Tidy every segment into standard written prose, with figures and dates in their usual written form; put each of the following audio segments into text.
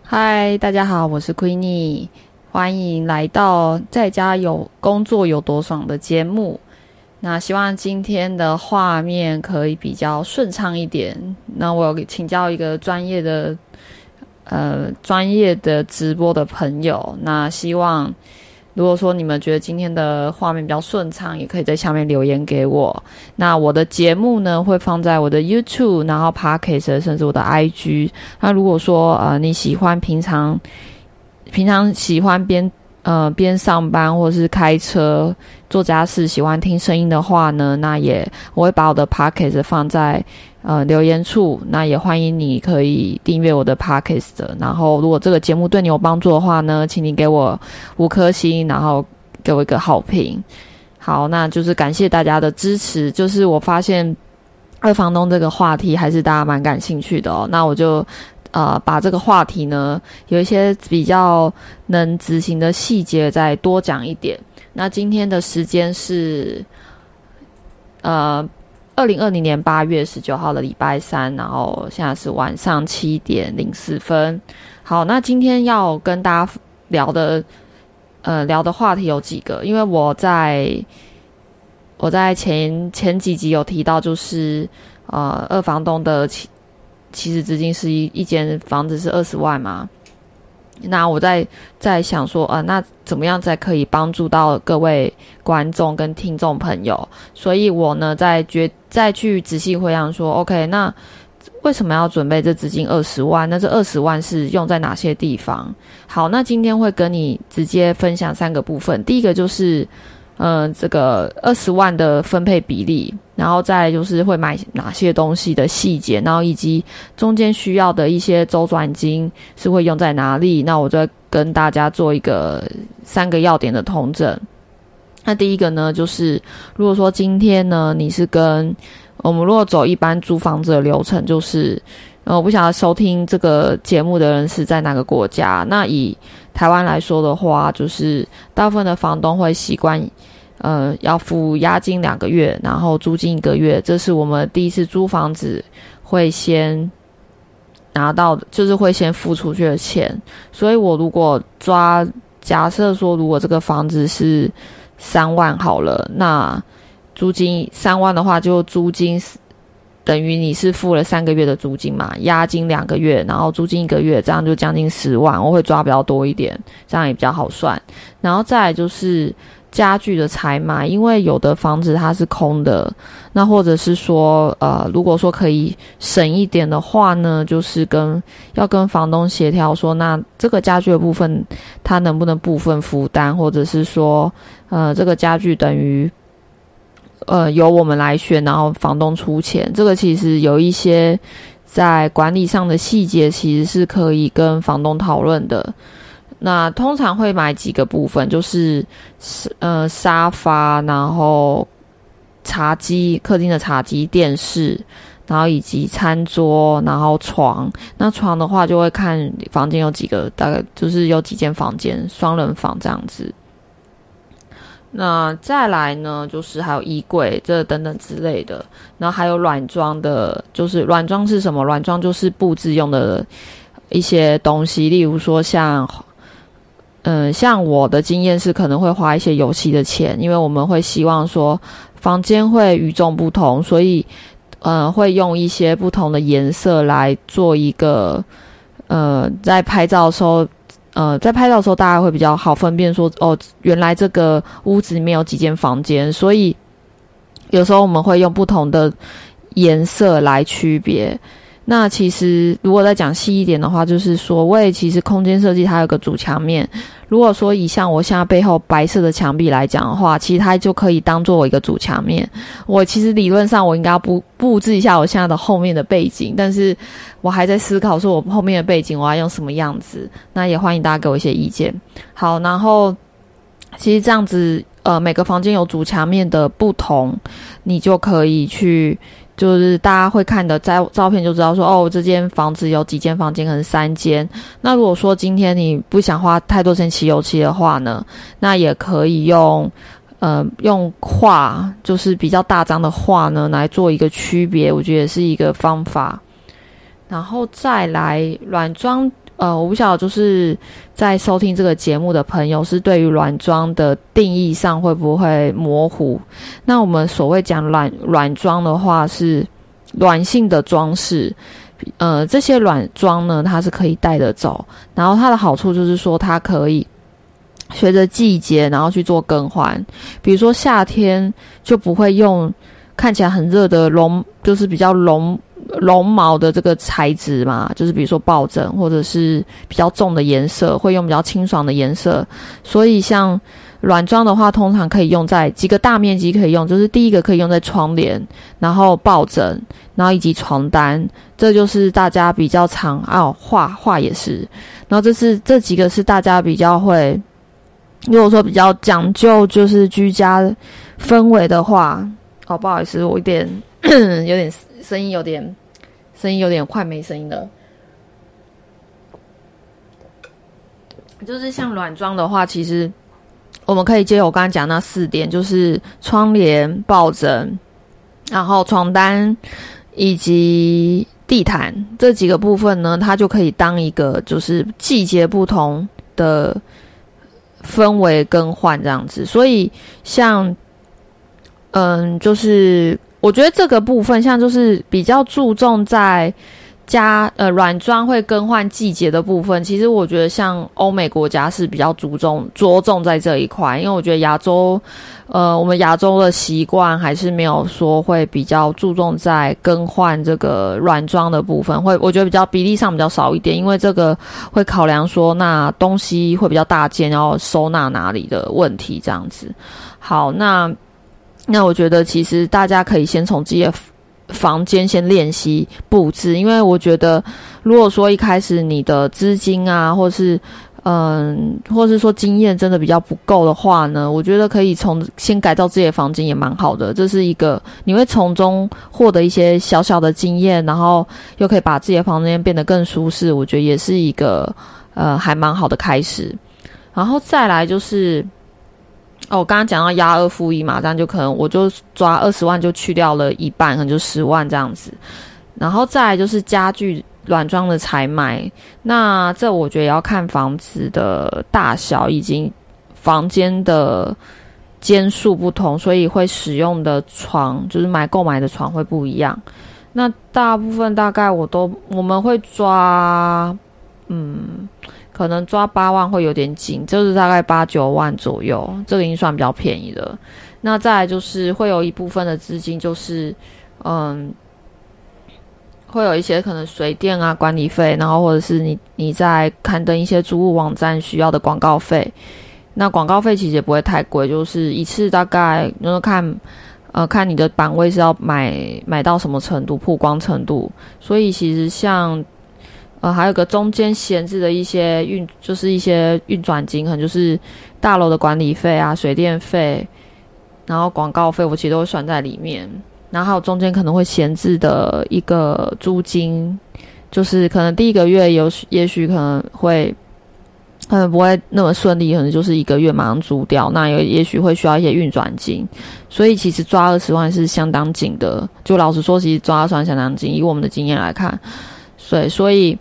嗨，大家好，我是 Queenie， 欢迎来到在家工作有多爽的节目。那希望今天的画面可以比较顺畅一点。那我有请教一个专业的直播的朋友，那希望如果说你们觉得今天的画面比较顺畅，也可以在下面留言给我。那我的节目呢会放在我的 YouTube， 然后 Podcast， 甚至我的 IG。那如果说你喜欢平常喜欢边上班或是开车做家事喜欢听声音的话呢，那我会把我的 Podcast 放在留言处，那也欢迎你可以订阅我的 Podcast。 然后如果这个节目对你有帮助的话呢，请你给我5颗星，然后给我一个好评。好，那就是感谢大家的支持。就是我发现二房东这个话题还是大家蛮感兴趣的哦，那我就把这个话题呢有一些比较能执行的细节再多讲一点。那今天的时间是2020年8月19号的礼拜三，然后现在是晚上7点04分。好，那今天要跟大家聊的话题有几个，因为我在前几集有提到，就是二房东的起始资金是一间房子是20万嘛。那我在想说那怎么样才可以帮助到各位观众跟听众朋友，所以我呢再去仔细回想说 OK， 那为什么要准备这资金20万？那这20万是用在哪些地方？好，那今天会跟你直接分享3个部分。第一个就是这个20万的分配比例，然后再来就是会买哪些东西的细节，然后以及中间需要的一些周转金是会用在哪里。那我就会跟大家做一个3个要点的统整。那第一个呢，就是如果说今天呢你是我们如果走一般租房子的流程，就是我不晓得收听这个节目的人是在哪个国家。那以台湾来说的话，就是大部分的房东会习惯要付押金2个月，然后租金1个月，这是我们第一次租房子会先拿到，就是会先付出去的钱。所以我如果假设说如果这个房子是3万好了，那租金3万的话，就租金等于你是付了3个月的租金嘛，押金2个月，然后租金1个月，这样就将近10万。我会抓比较多一点，这样也比较好算。然后再来就是家具的采买，因为有的房子它是空的，那或者是说如果说可以省一点的话呢，就是要跟房东协调说，那这个家具的部分它能不能部分负担，或者是说这个家具等于由我们来选，然后房东出钱。这个其实有一些在管理上的细节其实是可以跟房东讨论的。那通常会买几个部分，就是沙发，然后茶几，客厅的茶几，电视，然后以及餐桌，然后床。那床的话就会看房间有几个，大概就是有几间房间，双人房这样子。那再来呢，就是还有衣柜这等等之类的，然后还有软装的，就是软装是什么？软装就是布置用的一些东西，例如说像我的经验是可能会花一些油漆的钱，因为我们会希望说房间会与众不同，所以会用一些不同的颜色来做一个在拍照的时候大家会比较好分辨说原来这个屋子里面有几间房间，所以有时候我们会用不同的颜色来区别。那其实如果再讲细一点的话，就是所谓其实空间设计它有个主墙面，如果说以像我现在背后白色的墙壁来讲的话，其实它就可以当做我一个主墙面。我其实理论上我应该要布置一下我现在的后面的背景，但是我还在思考说我后面的背景我要用什么样子，那也欢迎大家给我一些意见。好，然后其实这样子每个房间有主墙面的不同，你就可以去就是大家会看的照片就知道说这间房子有几间房间，可能3间。那如果说今天你不想花太多钱漆油漆的话呢，那也可以用画，就是比较大张的画呢来做一个区别，我觉得也是一个方法。然后再来软装我不晓得就是在收听这个节目的朋友是对于软装的定义上会不会模糊。那我们所谓讲软装的话是软性的装饰，这些软装呢它是可以带得走，然后它的好处就是说它可以随着季节然后去做更换。比如说夏天就不会用看起来很热的就是比较绒毛的这个材质嘛，就是比如说抱枕或者是比较重的颜色，会用比较清爽的颜色。所以像软装的话通常可以用在几个大面积可以用，就是第一个可以用在窗帘，然后抱枕，然后以及床单，这就是大家比较常画也是。然后这几个是大家比较会，如果说比较讲究就是居家氛围的话，不好意思，我有点声音有点快没声音了。就是像软装的话，其实我们可以借我刚才讲那4点，就是窗帘、抱枕，然后床单以及地毯这几个部分呢，它就可以当一个就是季节不同的氛围更换这样子。所以像就是我觉得这个部分像就是比较注重在软装会更换季节的部分，其实我觉得像欧美国家是比较着重在这一块，因为我觉得我们亚洲的习惯还是没有说会比较注重在更换这个软装的部分，我觉得比例上比较少一点，因为这个会考量说那东西会比较大件，然后收纳哪里的问题这样子。好，那我觉得其实大家可以先从自己的房间先练习布置，因为我觉得如果说一开始你的资金啊，或是说经验真的比较不够的话呢，我觉得可以先改造自己的房间也蛮好的，这是一个你会从中获得一些小小的经验，然后又可以把自己的房间变得更舒适，我觉得也是一个还蛮好的开始。然后再来就是我刚刚讲到押2付1嘛，这样就可能我就抓20万就去掉了一半，可能就10万这样子。然后再来就是家具软装的采买，那这我觉得也要看房子的大小以及房间的间数不同，所以会使用的床就是购买的床会不一样。那大部分大概我们会抓可能抓8万会有点紧，就是大概8、9万左右，这个已经算比较便宜的。那再来就是会有一部分的资金，就是会有一些可能水电啊管理费，然后或者是你在刊登一些租屋网站需要的广告费。那广告费其实也不会太贵，就是一次大概看你的版位是要买到什么程度，曝光程度。所以其实像还有个中间闲置的一些运转金，可能就是大楼的管理费啊、水电费，然后广告费，我其实都会算在里面。然后还有中间可能会闲置的一个租金，就是可能第一个月也许可能不会那么顺利，可能就是1个月马上租掉，那也许会需要一些运转金。所以其实抓20万是相当紧的，就老实说其实抓20万相当紧，以我们的经验来看。所以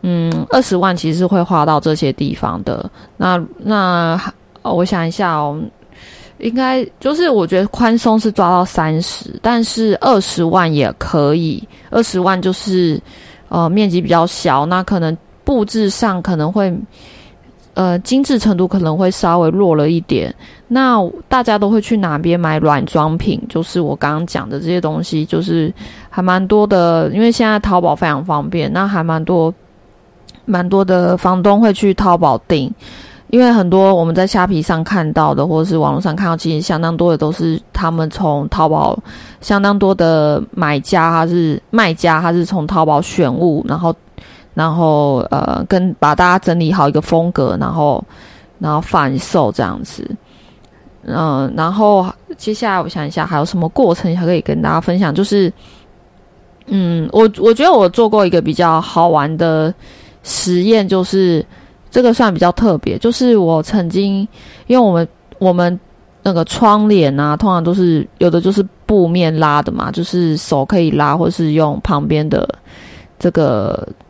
20万其实是会花到这些地方的。那我想一下应该就是我觉得宽松是抓到30，但是20万也可以。20万就是面积比较小，那可能布置上可能会精致程度可能会稍微弱了一点。那大家都会去哪边买软装品？就是我刚刚讲的这些东西，就是还蛮多的，因为现在淘宝非常方便，那还蛮多的房东会去淘宝订。因为很多我们在虾皮上看到的，或者是网络上看到，其实相当多的都是他们从淘宝，相当多的卖家他是从淘宝选物，然后把大家整理好一个风格，然后贩售这样子。然后接下来我想一下还有什么过程还可以跟大家分享，就是我觉得我做过一个比较好玩的实验，就是这个算比较特别，就是我曾经因为我们那个窗帘啊，通常都是有的就是布面拉的嘛，就是手可以拉，或是用旁边的这个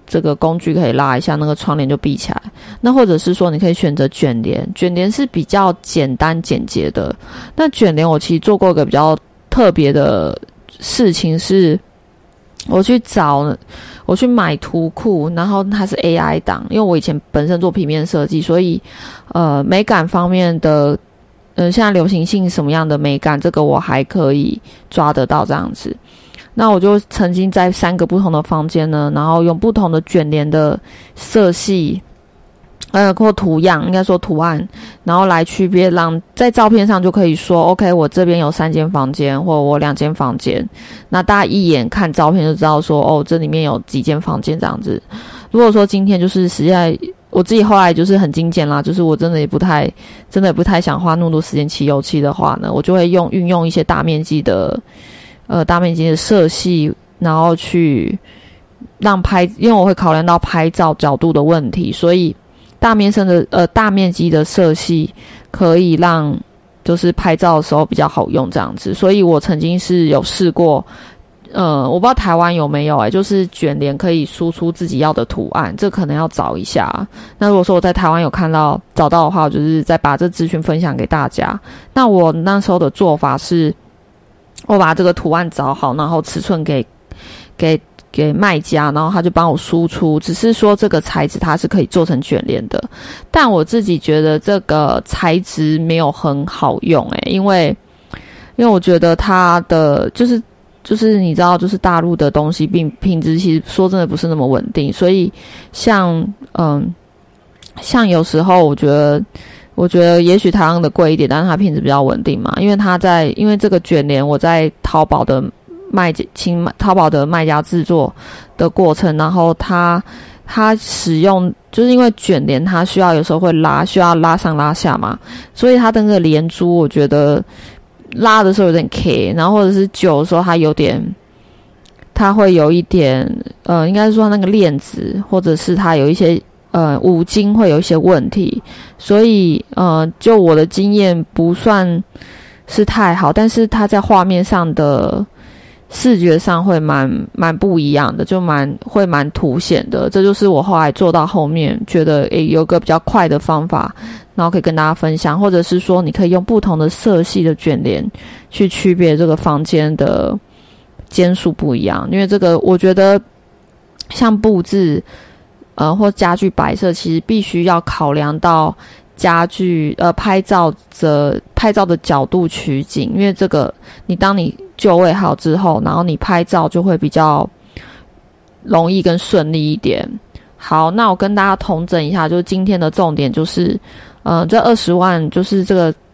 这个工具可以拉一下，那个窗帘就闭起来。那或者是说你可以选择卷帘，卷帘是比较简单简洁的。那卷帘我其实做过一个比较特别的事情是，我去买图库，然后它是 AI 档，因为我以前本身做平面设计，所以美感方面的现在流行性什么样的美感，这个我还可以抓得到这样子。那我就曾经在3个不同的房间呢，然后用不同的卷帘的色系或图样，应该说图案，然后来区别，让在照片上就可以说 OK 我这边有3间房间，或我2间房间，那大家一眼看照片就知道说这里面有几间房间这样子。如果说今天就是实在我自己后来就是很精简啦，就是我真的也不太想花那么多时间漆油漆的话呢，我就会运用一些大面积的色系，然后去因为我会考量到拍照角度的问题，所以大面积的色系可以让就是拍照的时候比较好用这样子。所以我曾经是有试过我不知道台湾有没有就是卷帘可以输出自己要的图案，这可能要找一下。那如果说我在台湾有找到的话，我就是再把这资讯分享给大家。那我那时候的做法是，我把这个图案找好，然后尺寸给卖家，然后他就帮我输出。只是说这个材质它是可以做成卷帘的，但我自己觉得这个材质没有很好用因为我觉得它的就是你知道，就是大陆的东西品质其实说真的不是那么稳定，所以像有时候我觉得也许台湾的贵一点，但是它品质比较稳定嘛，因为这个卷帘我在淘宝的卖家制作的过程，然后它使用就是因为卷帘它需要有时候会需要拉上拉下嘛，所以它的那个连珠我觉得拉的时候有点 K， 然后或者是久的时候它会有一点应该是说那个链子或者是它有一些五金会有一些问题，所以就我的经验不算是太好，但是它在画面上的视觉上会蛮不一样的，就会蛮凸显的。这就是我后来做到后面觉得有个比较快的方法，然后可以跟大家分享，或者是说你可以用不同的色系的卷帘去区别这个房间的间数不一样。因为这个我觉得像布置或家具摆设，其实必须要考量到家具拍照的角度取景，因为这个当你就位好之后，然后你拍照就会比较容易跟顺利一点。好，那我跟大家统整一下，就是今天的重点就是这20万就是这个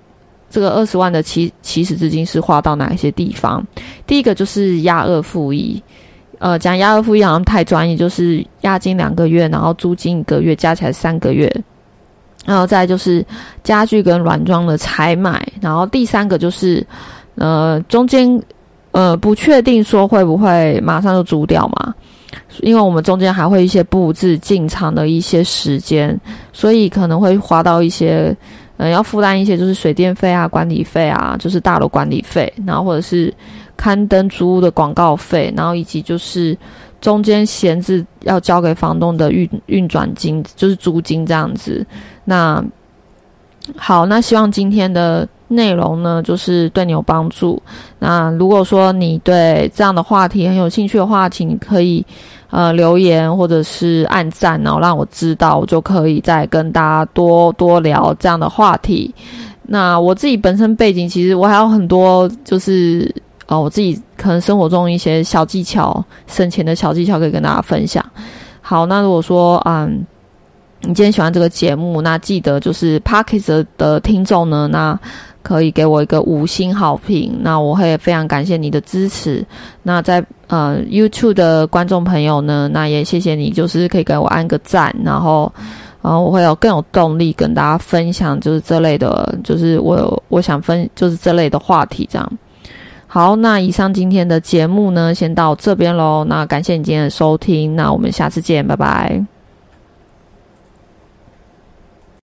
20万的起始资金是花到哪一些地方。第一个就是押2付1，讲押2付1好像太专业，就是押金2个月，然后租金1个月，加起来3个月。然后再来就是家具跟软装的采买，然后第3个就是中间不确定说会不会马上就租掉嘛，因为我们中间还会一些布置进场的一些时间，所以可能会花到一些要负担一些就是水电费啊、管理费啊，就是大楼管理费，然后或者是刊登租屋的广告费，然后以及就是中间闲置要交给房东的运转金，就是租金这样子。那好，那希望今天的内容呢就是对你有帮助。那如果说你对这样的话题很有兴趣的话，请你可以留言或者是按赞，然后让我知道，我就可以再跟大家多聊这样的话题。那我自己本身背景其实我还有很多就是我自己可能生活中一些小技巧，省钱的小技巧可以跟大家分享。好，那如果说你今天喜欢这个节目，那记得就是 Podcast 的听众呢，那可以给我一个5星好评，那我会非常感谢你的支持。那在YouTube 的观众朋友呢，那也谢谢你，就是可以给我按个赞，然后我会更有动力跟大家分享就是这类的，就是我想就是这类的话题这样。好，那以上今天的节目呢先到这边咯，那感谢你今天的收听，那我们下次见，拜拜。